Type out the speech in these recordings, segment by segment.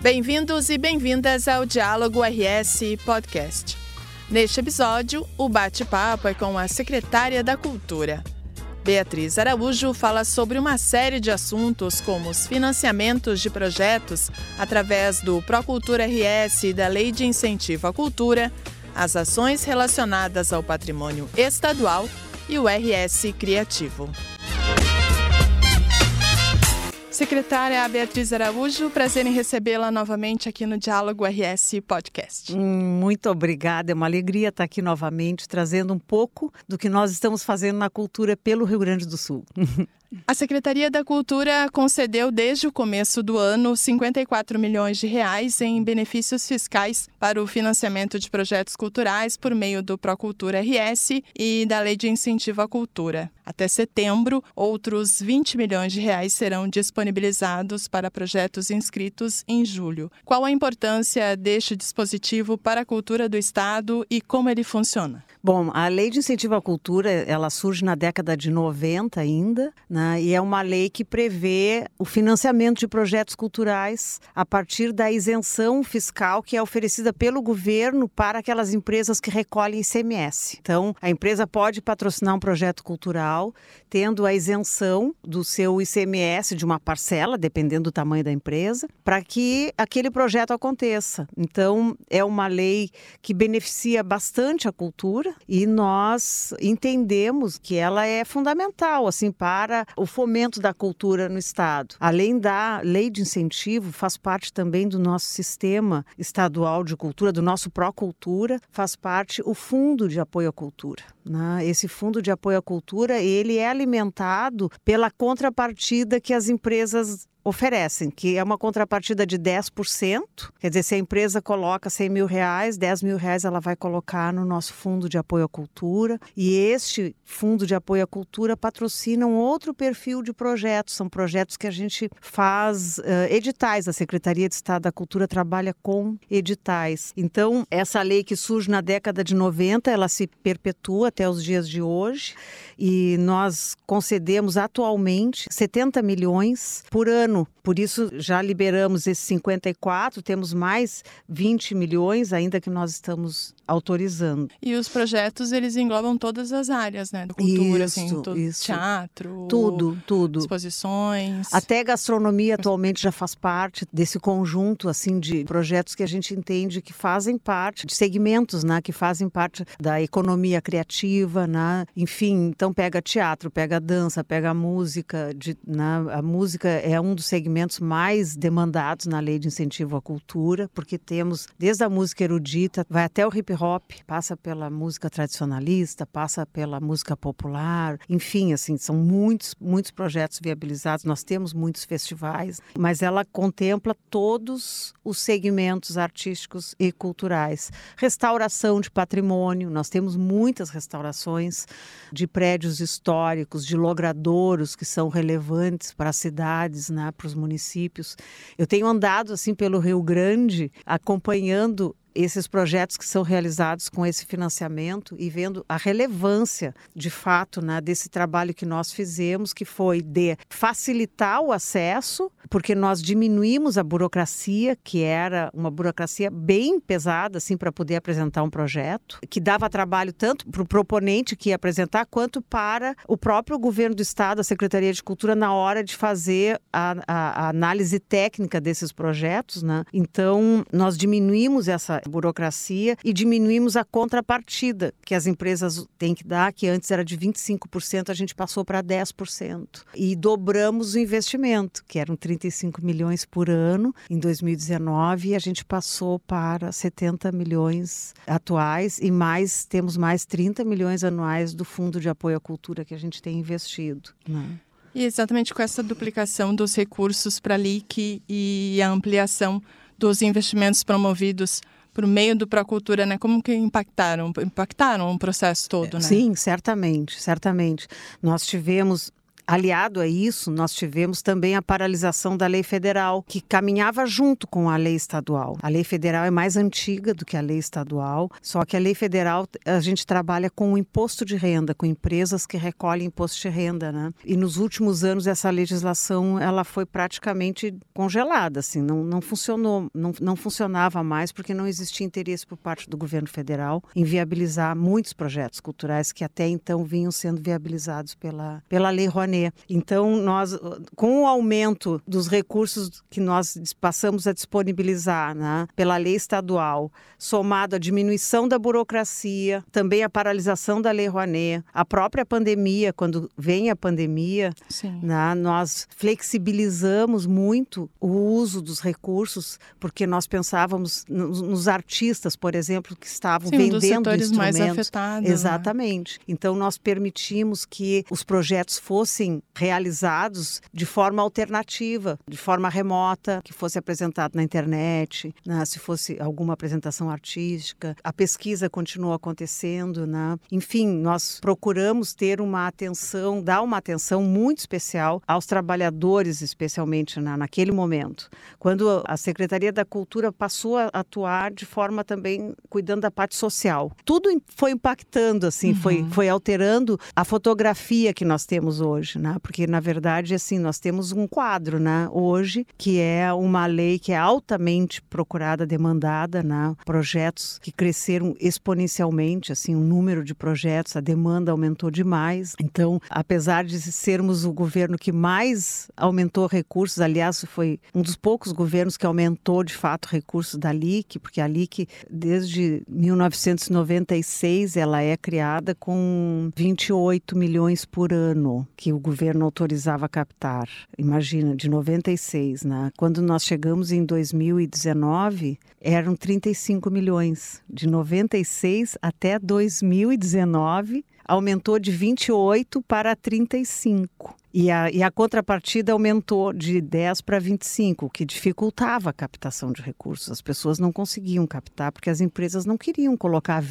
Bem-vindos e bem-vindas ao Diálogo RS Podcast. Neste episódio, o bate-papo é com a secretária da Cultura. Beatriz Araújo fala sobre uma série de assuntos como os financiamentos de projetos através do Procultura RS e da Lei de Incentivo à Cultura, as ações relacionadas ao patrimônio estadual e o RS Criativo. Secretária Beatriz Araújo, prazer em recebê-la novamente aqui no Diálogo RS Podcast. Muito obrigada, é uma alegria estar aqui novamente, trazendo um pouco do que nós estamos fazendo na cultura pelo Rio Grande do Sul. A Secretaria da Cultura concedeu desde o começo do ano 54 milhões de reais em benefícios fiscais para o financiamento de projetos culturais por meio do Procultura RS e da Lei de Incentivo à Cultura. Até setembro, outros 20 milhões de reais serão disponibilizados para projetos inscritos em julho. Qual a importância deste dispositivo para a cultura do Estado e como ele funciona? Bom, a Lei de Incentivo à Cultura, ela surge na década de 90 ainda, né? E é uma lei que prevê o financiamento de projetos culturais a partir da isenção fiscal que é oferecida pelo governo para aquelas empresas que recolhem ICMS. Então, a empresa pode patrocinar um projeto cultural tendo a isenção do seu ICMS de uma parcela, dependendo do tamanho da empresa, para que aquele projeto aconteça. Então, é uma lei que beneficia bastante a cultura e nós entendemos que ela é fundamental assim, para o fomento da cultura no Estado. Além da lei de incentivo, faz parte também do nosso sistema estadual de cultura, do nosso Procultura, faz parte o Fundo de Apoio à Cultura. Né? Esse Fundo de Apoio à Cultura, ele é alimentado pela contrapartida que as empresas oferecem, que é uma contrapartida de 10%, quer dizer, se a empresa coloca 100 mil reais, 10 mil reais ela vai colocar no nosso Fundo de Apoio à Cultura, e este Fundo de Apoio à Cultura patrocina um outro perfil de projetos, são projetos que a gente faz editais, a Secretaria de Estado da Cultura trabalha com editais. Então, essa lei que surge na década de 90, ela se perpetua até os dias de hoje, e nós concedemos atualmente 70 milhões por ano. Por isso, já liberamos esses 54, temos mais 20 milhões ainda que nós estamos autorizando. E os projetos, eles englobam todas as áreas, né? Da cultura, isso, assim, isso. Teatro, tudo. Exposições. Até gastronomia atualmente já faz parte desse conjunto, assim, de projetos que a gente entende que fazem parte de segmentos, né? Que fazem parte da economia criativa, né? Enfim, então pega teatro, pega dança, pega música, né? A música é um dos segmentos mais demandados na Lei de Incentivo à Cultura, porque temos desde a música erudita, vai até o hip hop, passa pela música tradicionalista, passa pela música popular, enfim, assim, são muitos projetos viabilizados, nós temos muitos festivais, mas ela contempla todos os segmentos artísticos e culturais. Restauração de patrimônio, nós temos muitas restaurações de prédios históricos, de logradouros que são relevantes para as cidades, né, para os municípios. Eu tenho andado assim pelo Rio Grande, acompanhando esses projetos que são realizados com esse financiamento e vendo a relevância, de fato, né, desse trabalho que nós fizemos, que foi de facilitar o acesso, porque nós diminuímos a burocracia, que era uma burocracia bem pesada, assim, para poder apresentar um projeto, que dava trabalho tanto para o proponente que ia apresentar, quanto para o próprio governo do Estado, a Secretaria de Cultura, na hora de fazer a análise técnica desses projetos, né? Então, nós diminuímos essa burocracia e diminuímos a contrapartida que as empresas têm que dar, que antes era de 25%, a gente passou para 10%. E dobramos o investimento, que eram 35 milhões por ano em 2019, e a gente passou para 70 milhões atuais e temos mais 30 milhões anuais do Fundo de Apoio à Cultura que a gente tem investido, né? E exatamente com essa duplicação dos recursos para a LIC e a ampliação dos investimentos promovidos por meio do Procultura, né? Como que impactaram o processo todo, né? Sim, certamente. Nós tivemos aliado a isso, nós tivemos também a paralisação da lei federal, que caminhava junto com a lei estadual. A lei federal é mais antiga do que a lei estadual, só que a lei federal, a gente trabalha com o imposto de renda, com empresas que recolhem imposto de renda, né? E nos últimos anos essa legislação ela foi praticamente congelada, assim, não funcionou, não funcionava mais porque não existia interesse por parte do governo federal em viabilizar muitos projetos culturais que até então vinham sendo viabilizados pela Lei Rouanet. Então, nós, com o aumento dos recursos que nós passamos a disponibilizar, né, pela lei estadual, somado à diminuição da burocracia, também a paralisação da Lei Rouanet, a própria pandemia, quando vem a pandemia, né, nós flexibilizamos muito o uso dos recursos, porque nós pensávamos nos artistas, por exemplo, que estavam vendendo dos setores instrumentos. Mais afetados. Exatamente. Né? Então, nós permitimos que os projetos fossem realizados de forma alternativa, de forma remota, que fosse apresentado na internet, né? Se fosse alguma apresentação artística. A pesquisa continuou acontecendo, né? Enfim, nós procuramos ter uma atenção, dar uma atenção muito especial aos trabalhadores, especialmente naquele momento. Quando a Secretaria da Cultura passou a atuar de forma também cuidando da parte social. Tudo foi impactando, assim, foi alterando a fotografia que nós temos hoje, né? Porque, na verdade, assim, nós temos um quadro, né, hoje, que é uma lei que é altamente procurada, demandada, né? Projetos que cresceram exponencialmente, assim, o número de projetos, a demanda aumentou demais. Então, apesar de sermos o governo que mais aumentou recursos, aliás, foi um dos poucos governos que aumentou, de fato, recursos da LIC, porque a LIC, desde 1996, ela é criada com 28 milhões por ano, que o governo autorizava captar. Imagina, de 96, né? Quando nós chegamos em 2019, eram 35 milhões. De 96 até 2019, aumentou de 28 para 35. E a contrapartida aumentou de 10 para 25, o que dificultava a captação de recursos. As pessoas não conseguiam captar porque as empresas não queriam colocar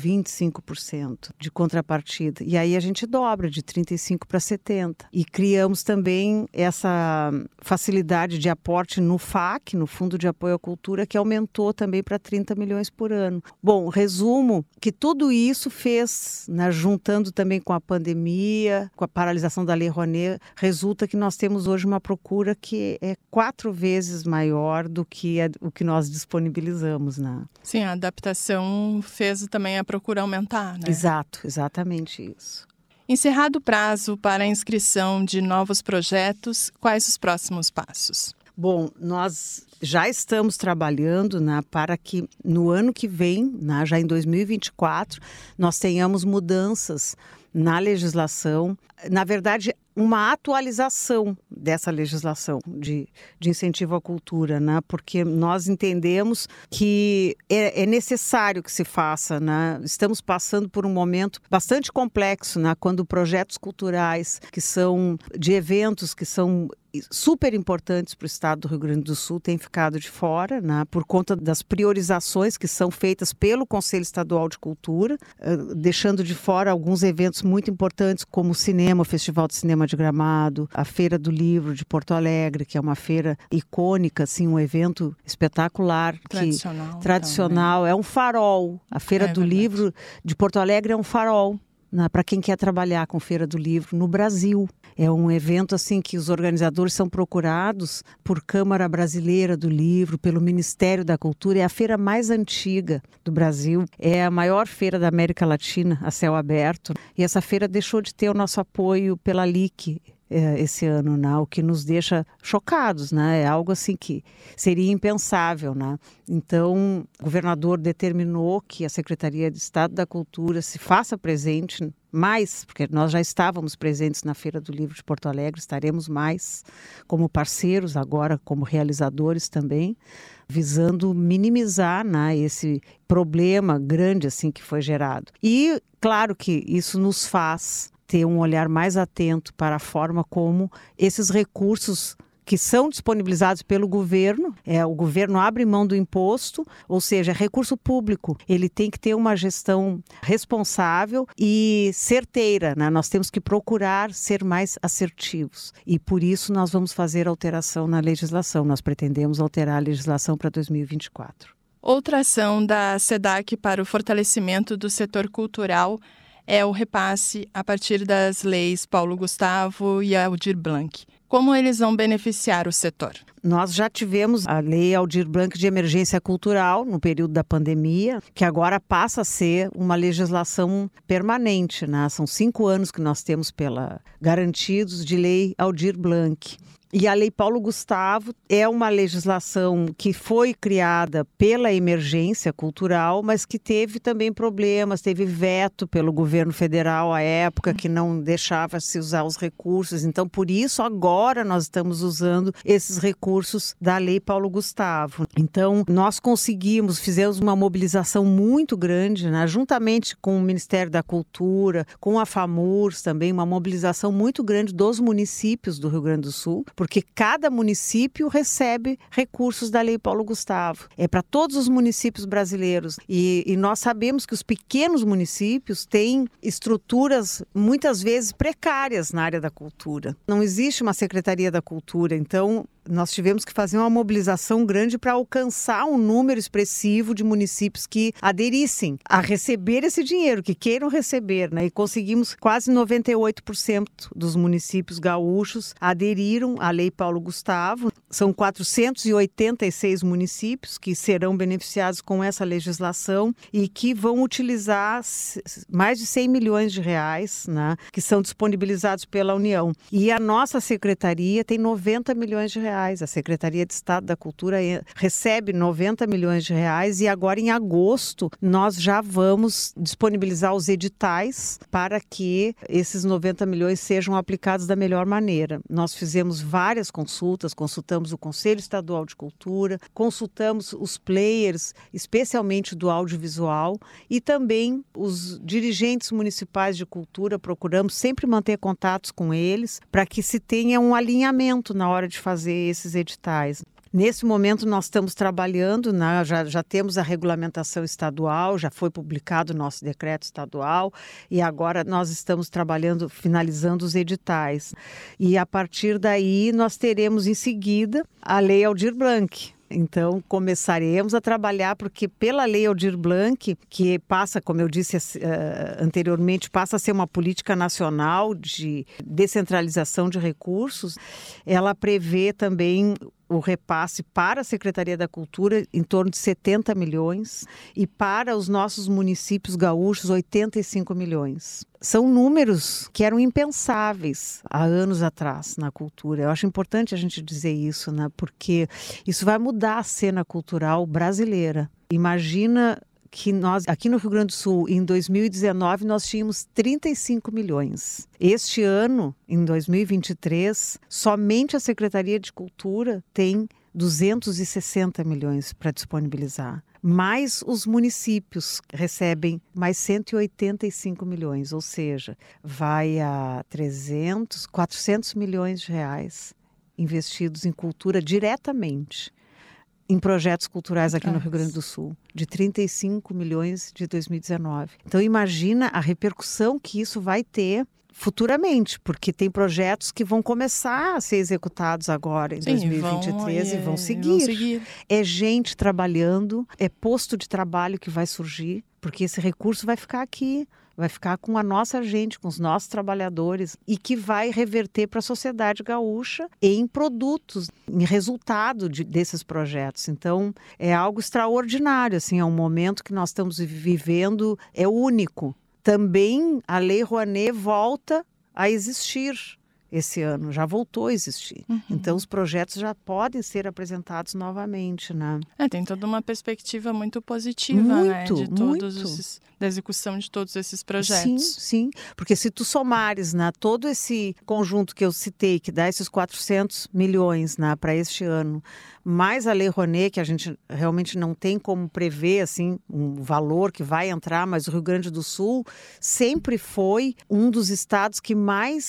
25% de contrapartida. E aí a gente dobra de 35 para 70. E criamos também essa facilidade de aporte no FAC, no Fundo de Apoio à Cultura, que aumentou também para 30 milhões por ano. Bom, resumo que tudo isso fez, né, juntando também com a pandemia, com a paralisação da Lei Rouanet, resulta que nós temos hoje uma procura que é 4 vezes maior do que o que nós disponibilizamos, né? Sim, a adaptação fez também a procura aumentar, né? Exato, exatamente isso. Encerrado o prazo para a inscrição de novos projetos, quais os próximos passos? Bom, nós já estamos trabalhando, né, para que no ano que vem, né, já em 2024, nós tenhamos mudanças na legislação, na verdade, uma atualização dessa legislação de incentivo à cultura, né? Porque nós entendemos que é necessário que se faça, né? Estamos passando por um momento bastante complexo, né? Quando projetos culturais que são de eventos que são super importantes para o estado do Rio Grande do Sul têm ficado de fora, né, por conta das priorizações que são feitas pelo Conselho Estadual de Cultura, deixando de fora alguns eventos muito importantes como o cinema, o Festival de Cinema de Gramado, a Feira do Livro de Porto Alegre, que é uma feira icônica, assim, um evento espetacular. Tradicional. É um farol. A Feira do Livro de Porto Alegre é um farol, né, para quem quer trabalhar com Feira do Livro no Brasil. É um evento assim que os organizadores são procurados por Câmara Brasileira do Livro, pelo Ministério da Cultura. É a feira mais antiga do Brasil, é a maior feira da América Latina a céu aberto. E essa feira deixou de ter o nosso apoio pela LIC esse ano, né? O que nos deixa chocados, né? É algo assim que seria impensável, né? Então, o governador determinou que a Secretaria de Estado da Cultura se faça presente mais, porque nós já estávamos presentes na Feira do Livro de Porto Alegre, estaremos mais como parceiros agora, como realizadores também, visando minimizar, né, esse problema grande assim que foi gerado. E claro que isso nos faz ter um olhar mais atento para a forma como esses recursos que são disponibilizados pelo governo. O governo abre mão do imposto, ou seja, é recurso público. Ele tem que ter uma gestão responsável e certeira, né? Nós temos que procurar ser mais assertivos. E por isso nós vamos fazer alteração na legislação. Nós pretendemos alterar a legislação para 2024. Outra ação da SEDAC para o fortalecimento do setor cultural é o repasse a partir das leis Paulo Gustavo e Aldir Blanc. Como eles vão beneficiar o setor? Nós já tivemos a Lei Aldir Blanc de Emergência Cultural no período da pandemia, que agora passa a ser uma legislação permanente, né? São 5 anos que nós temos garantidos de Lei Aldir Blanc. E a Lei Paulo Gustavo é uma legislação que foi criada pela emergência cultural, mas que teve também problemas, teve veto pelo governo federal à época, que não deixava se usar os recursos. Então, por isso, agora nós estamos usando esses recursos da Lei Paulo Gustavo. Então, nós fizemos uma mobilização muito grande, né, juntamente com o Ministério da Cultura, com a FAMURS também, uma mobilização muito grande dos municípios do Rio Grande do Sul, porque cada município recebe recursos da Lei Paulo Gustavo. É para todos os municípios brasileiros. E nós sabemos que os pequenos municípios têm estruturas, muitas vezes, precárias na área da cultura. Não existe uma Secretaria da Cultura, então nós tivemos que fazer uma mobilização grande para alcançar um número expressivo de municípios que aderissem a receber esse dinheiro, que queiram receber, né? E conseguimos quase 98% dos municípios gaúchos aderiram à Lei Paulo Gustavo. São 486 municípios que serão beneficiados com essa legislação e que vão utilizar mais de 100 milhões de reais, né? Que são disponibilizados pela União. E a nossa secretaria tem 90 milhões de reais. A Secretaria de Estado da Cultura recebe 90 milhões de reais e agora em agosto nós já vamos disponibilizar os editais para que esses 90 milhões sejam aplicados da melhor maneira. Nós fizemos várias consultamos o Conselho Estadual de Cultura, consultamos os players, especialmente do audiovisual, e também os dirigentes municipais de cultura. Procuramos sempre manter contatos com eles para que se tenha um alinhamento na hora de fazer esses editais. Nesse momento nós estamos trabalhando, né? Já temos a regulamentação estadual, já foi publicado o nosso decreto estadual e agora nós estamos trabalhando, finalizando os editais. E a partir daí nós teremos em seguida a Lei Aldir Blanc. Então, começaremos a trabalhar, porque pela Lei Aldir Blanc, que passa, como eu disse anteriormente, passa a ser uma política nacional de descentralização de recursos, ela prevê também o repasse para a Secretaria da Cultura em torno de 70 milhões e para os nossos municípios gaúchos 85 milhões. São números que eram impensáveis há anos atrás na cultura. Eu acho importante a gente dizer isso, né? Porque isso vai mudar a cena cultural brasileira. Imagina que nós, aqui no Rio Grande do Sul, em 2019, nós tínhamos 35 milhões. Este ano, em 2023, somente a Secretaria de Cultura tem 260 milhões para disponibilizar. Mais os municípios recebem mais 185 milhões, ou seja, vai a 400 milhões de reais investidos em cultura diretamente. Em projetos culturais aqui no Rio Grande do Sul, de 35 milhões de 2019. Então, imagina a repercussão que isso vai ter futuramente, porque tem projetos que vão começar a ser executados agora, em 2023, e vão seguir. É gente trabalhando, é posto de trabalho que vai surgir, porque esse recurso vai ficar aqui. Vai ficar com a nossa gente, com os nossos trabalhadores e que vai reverter para a sociedade gaúcha em produtos, em resultado desses projetos. Então, é algo extraordinário, assim, é um momento que nós estamos vivendo, é único. Também a Lei Rouanet volta a existir esse ano, já voltou a existir. Então, os projetos já podem ser apresentados novamente, né? Tem toda uma perspectiva muito positiva, né? Da execução de todos esses projetos. Sim, porque se tu somares, né, todo esse conjunto que eu citei, que dá esses 400 milhões, né, para este ano, mais a Lei Rouanet, que a gente realmente não tem como prever assim, um valor que vai entrar, mas o Rio Grande do Sul sempre foi um dos estados que mais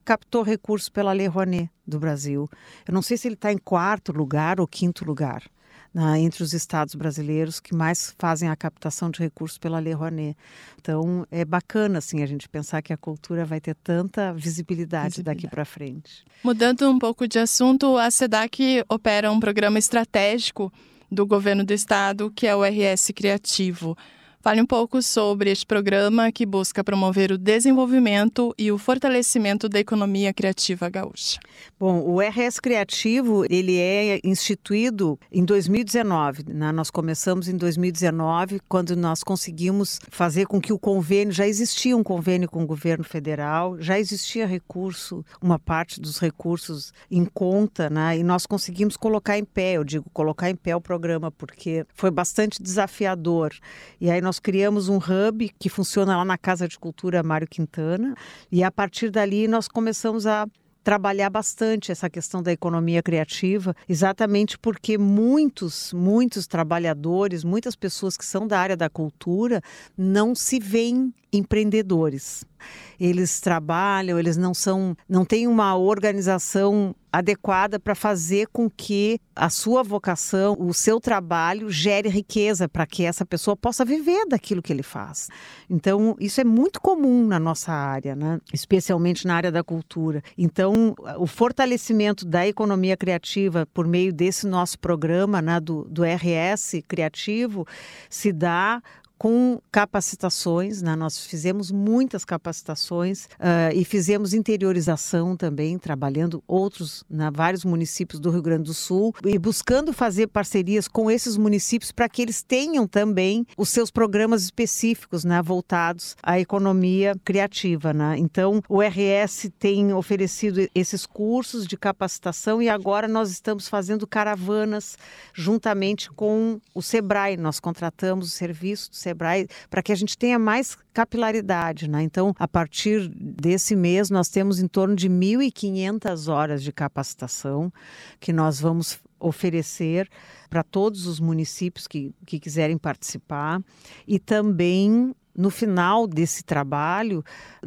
captou recursos pela Lei Rouanet do Brasil. Eu não sei se ele está em 4º lugar ou 5º lugar, entre os estados brasileiros que mais fazem a captação de recursos pela Lei Rouanet. Então, é bacana assim, a gente pensar que a cultura vai ter tanta visibilidade daqui para frente. Mudando um pouco de assunto, a SEDAC opera um programa estratégico do governo do estado, que é o RS Criativo. Fale um pouco sobre este programa que busca promover o desenvolvimento e o fortalecimento da economia criativa gaúcha. Bom, o RS Criativo, ele é instituído em 2019. Nós começamos em 2019, quando nós conseguimos fazer com que o convênio, já existia um convênio com o governo federal, já existia recurso, uma parte dos recursos em conta, e nós conseguimos colocar em pé, eu digo colocar em pé o programa, porque foi bastante desafiador. E aí nós criamos um hub que funciona lá na Casa de Cultura Mário Quintana, e a partir dali nós começamos a trabalhar bastante essa questão da economia criativa, exatamente porque muitos trabalhadores, muitas pessoas que são da área da cultura não se veem empreendedores. Eles trabalham, eles não têm uma organização adequada para fazer com que a sua vocação, o seu trabalho gere riqueza para que essa pessoa possa viver daquilo que ele faz. Então, isso é muito comum na nossa área, especialmente na área da cultura. Então, o fortalecimento da economia criativa por meio desse nosso programa, do RS Criativo, se dá com capacitações, nós fizemos muitas capacitações e fizemos interiorização também, trabalhando vários municípios do Rio Grande do Sul e buscando fazer parcerias com esses municípios para que eles tenham também os seus programas específicos, voltados à economia criativa. Então, o RS tem oferecido esses cursos de capacitação e agora nós estamos fazendo caravanas juntamente com o Sebrae. Nós contratamos o serviço do Sebrae para que a gente tenha mais capilaridade. Então, a partir desse mês, nós temos em torno de 1.500 horas de capacitação que nós vamos oferecer para todos os municípios que quiserem participar. E também, no final desse trabalho,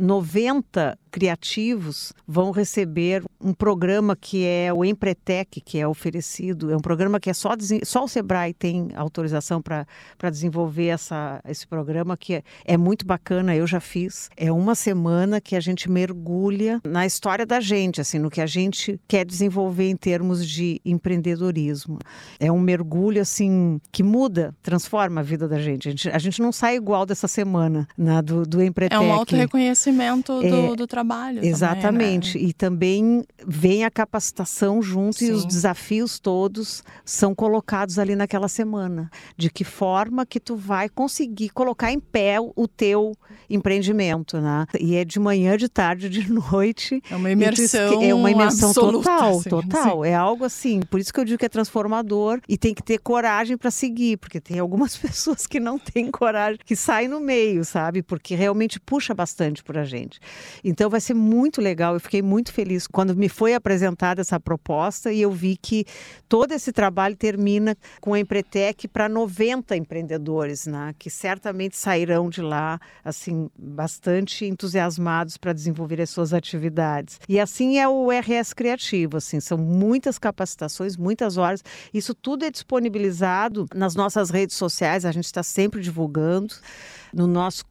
90 criativos vão receber um programa que é o Empretec, que é oferecido. É um programa que só o Sebrae tem autorização para desenvolver esse programa, que é muito bacana, eu já fiz. É uma semana que a gente mergulha na história da gente, assim, no que a gente quer desenvolver em termos de empreendedorismo. É um mergulho assim, que muda, transforma a vida da gente. A gente não sai igual dessa semana do Empretec. É um autorreconhecimento do trabalho. Exatamente. Também, E também vem a capacitação junto. Sim. E os desafios todos são colocados ali naquela semana. De que forma que tu vai conseguir colocar em pé o teu empreendimento, E é de manhã, de tarde, de noite. É uma imersão. É uma imersão absoluta, total. Sim. É algo assim. Por isso que eu digo que é transformador e tem que ter coragem para seguir, porque tem algumas pessoas que não têm coragem, que saem no meio, sabe? Porque realmente puxa bastante por a gente. Então vai ser muito legal, eu fiquei muito feliz quando me foi apresentada essa proposta e eu vi que todo esse trabalho termina com a Empretec para 90 empreendedores, que certamente sairão de lá assim, bastante entusiasmados para desenvolver as suas atividades. E assim é o RS Criativo, assim, são muitas capacitações, muitas horas, isso tudo é disponibilizado nas nossas redes sociais, a gente está sempre divulgando no nosso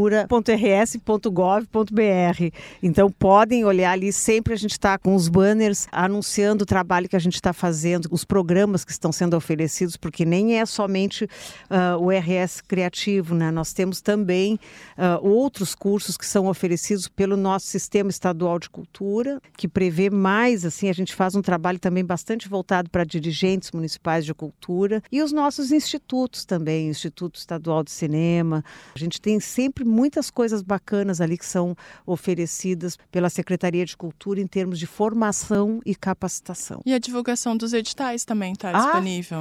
cultura.rs.gov.br. Então podem olhar ali, sempre a gente está com os banners anunciando o trabalho que a gente está fazendo, os programas que estão sendo oferecidos, porque nem é somente o RS Criativo, Nós temos também outros cursos que são oferecidos pelo nosso Sistema Estadual de Cultura, que prevê mais, assim, a gente faz um trabalho também bastante voltado para dirigentes municipais de cultura e os nossos institutos também, Instituto Estadual de Cinema. A gente tem sempre muitas coisas bacanas ali que são oferecidas pela Secretaria de Cultura em termos de formação e capacitação. E a divulgação dos editais também está disponível,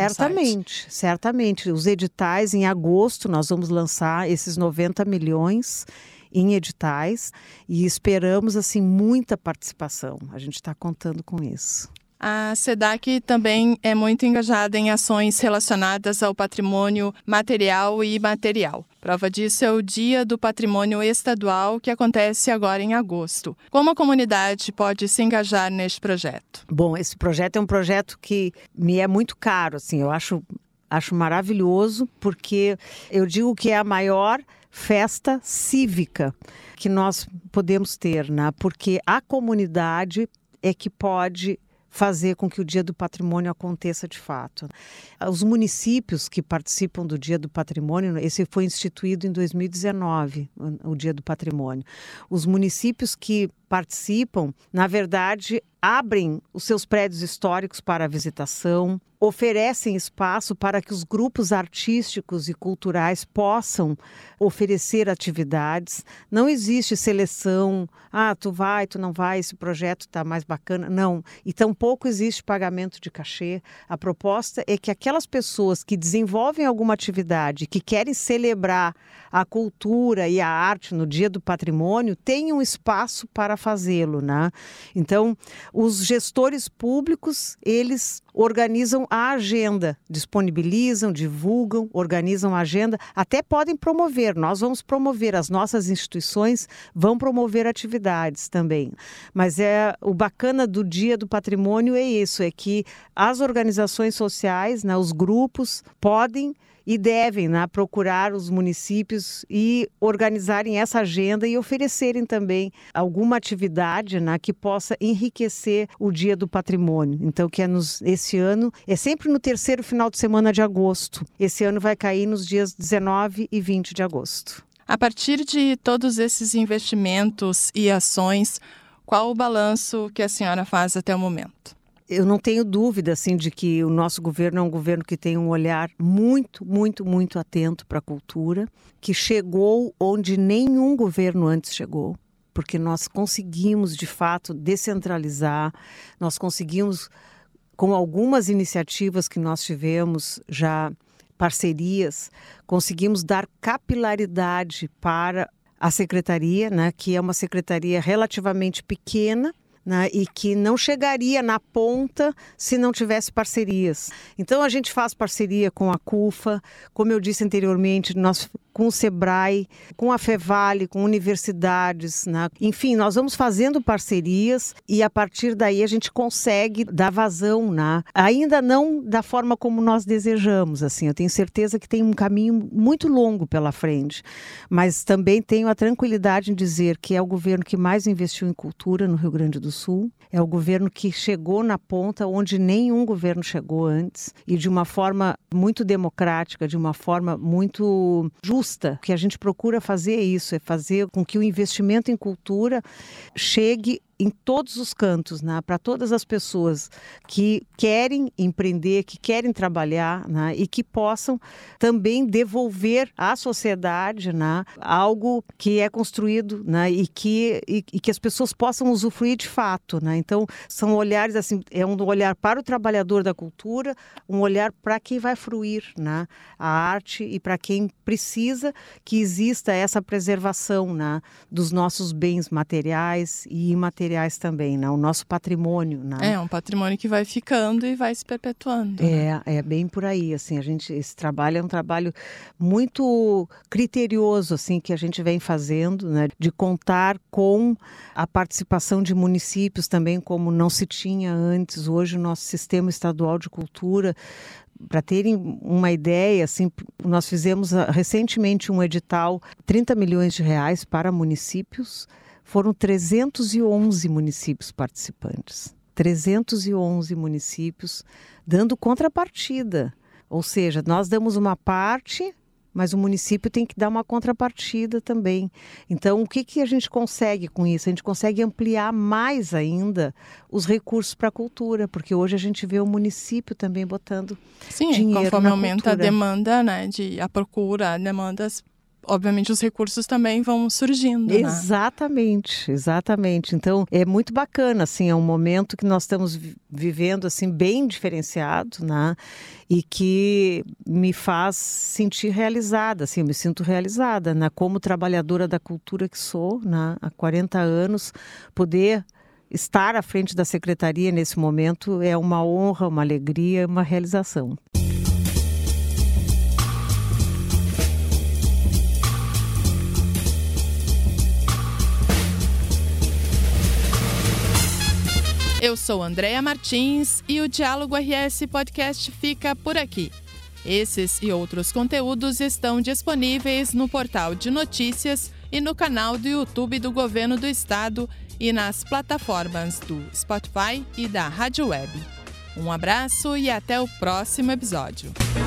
Certamente. Os editais, em agosto, nós vamos lançar esses 90 milhões em editais e esperamos, assim, muita participação. A gente está contando com isso. A SEDAC também é muito engajada em ações relacionadas ao patrimônio material e imaterial. Prova disso é o Dia do Patrimônio Estadual, que acontece agora em agosto. Como a comunidade pode se engajar neste projeto? Bom, esse projeto é um projeto que me é muito caro, assim, eu acho maravilhoso, porque eu digo que é a maior festa cívica que nós podemos ter, né? Porque a comunidade é que pode fazer com que o Dia do Patrimônio aconteça de fato. Os municípios que participam do Dia do Patrimônio, esse foi instituído em 2019, o Dia do Patrimônio. Os municípios que participam, na verdade, abrem os seus prédios históricos para a visitação, oferecem espaço para que os grupos artísticos e culturais possam oferecer atividades. Não existe seleção, tu vai, tu não vai, esse projeto está mais bacana. Não, e tampouco existe pagamento de cachê. A proposta é que aquelas pessoas que desenvolvem alguma atividade, que querem celebrar a cultura e a arte no Dia do Patrimônio, tenham espaço para fazê-lo, né? Então, os gestores públicos, eles organizam a agenda, disponibilizam, divulgam, organizam a agenda, até podem promover. Nós vamos promover, as nossas instituições vão promover atividades também. Mas o bacana do Dia do Patrimônio é isso, é que as organizações sociais, né, os grupos, podem e devem, né, procurar os municípios e organizarem essa agenda e oferecerem também alguma atividade, né, que possa enriquecer o Dia do Patrimônio. Então, esse ano, é sempre no terceiro final de semana de agosto. Esse ano vai cair nos dias 19 e 20 de agosto. A partir de todos esses investimentos e ações, qual o balanço que a senhora faz até o momento? Eu não tenho dúvida, assim, de que o nosso governo é um governo que tem um olhar muito, muito, muito atento para a cultura, que chegou onde nenhum governo antes chegou, porque nós conseguimos, de fato, descentralizar, nós conseguimos, com algumas iniciativas que nós tivemos já, parcerias, conseguimos dar capilaridade para a secretaria, né, que é uma secretaria relativamente pequena, né, e que não chegaria na ponta se não tivesse parcerias. Então a gente faz parceria com a CUFA, como eu disse anteriormente, nós com o SEBRAE, com a FEVALE, com universidades, né? Enfim, nós vamos fazendo parcerias e a partir daí a gente consegue dar vazão, né? Ainda não da forma como nós desejamos, assim, eu tenho certeza que tem um caminho muito longo pela frente, mas também tenho a tranquilidade em dizer que é o governo que mais investiu em cultura no Rio Grande do Sul, é o governo que chegou na ponta onde nenhum governo chegou antes e de uma forma muito democrática, de uma forma muito justa. O que a gente procura fazer é isso, é fazer com que o investimento em cultura chegue em todos os cantos, né? Para todas as pessoas que querem empreender, que querem trabalhar, né? E que possam também devolver à sociedade, né? Algo que é construído, né? E que as pessoas possam usufruir de fato, né? Então, são olhares assim, é um olhar para o trabalhador da cultura, um olhar para quem vai fruir, né? A arte e para quem precisa que exista essa preservação, né? Dos nossos bens materiais e imateriais também, né? O nosso patrimônio, né? É um patrimônio que vai ficando e vai se perpetuando. Né? É bem por aí, assim, esse trabalho é um trabalho muito criterioso, assim, que a gente vem fazendo, né? De contar com a participação de municípios também, como não se tinha antes. Hoje o nosso sistema estadual de cultura, para terem uma ideia, assim, nós fizemos recentemente um edital, 30 milhões de reais para municípios. Foram 311 municípios participantes, 311 municípios dando contrapartida. Ou seja, nós damos uma parte, mas o município tem que dar uma contrapartida também. Então, o que a gente consegue com isso? A gente consegue ampliar mais ainda os recursos para a cultura, porque hoje a gente vê o município também botando dinheiro conforme na aumenta cultura. A demanda, né, a procura, a demanda, obviamente os recursos também vão surgindo, né? Exatamente. Então, é muito bacana, assim, é um momento que nós estamos vivendo, assim, bem diferenciado, né? E que me faz sentir realizada, assim, eu me sinto realizada, né? Como trabalhadora da cultura que sou, né? Há 40 anos, poder estar à frente da secretaria nesse momento é uma honra, uma alegria, uma realização. Eu sou Andréa Martins e o Diálogo RS Podcast fica por aqui. Esses e outros conteúdos estão disponíveis no portal de notícias e no canal do YouTube do Governo do Estado e nas plataformas do Spotify e da Rádio Web. Um abraço e até o próximo episódio.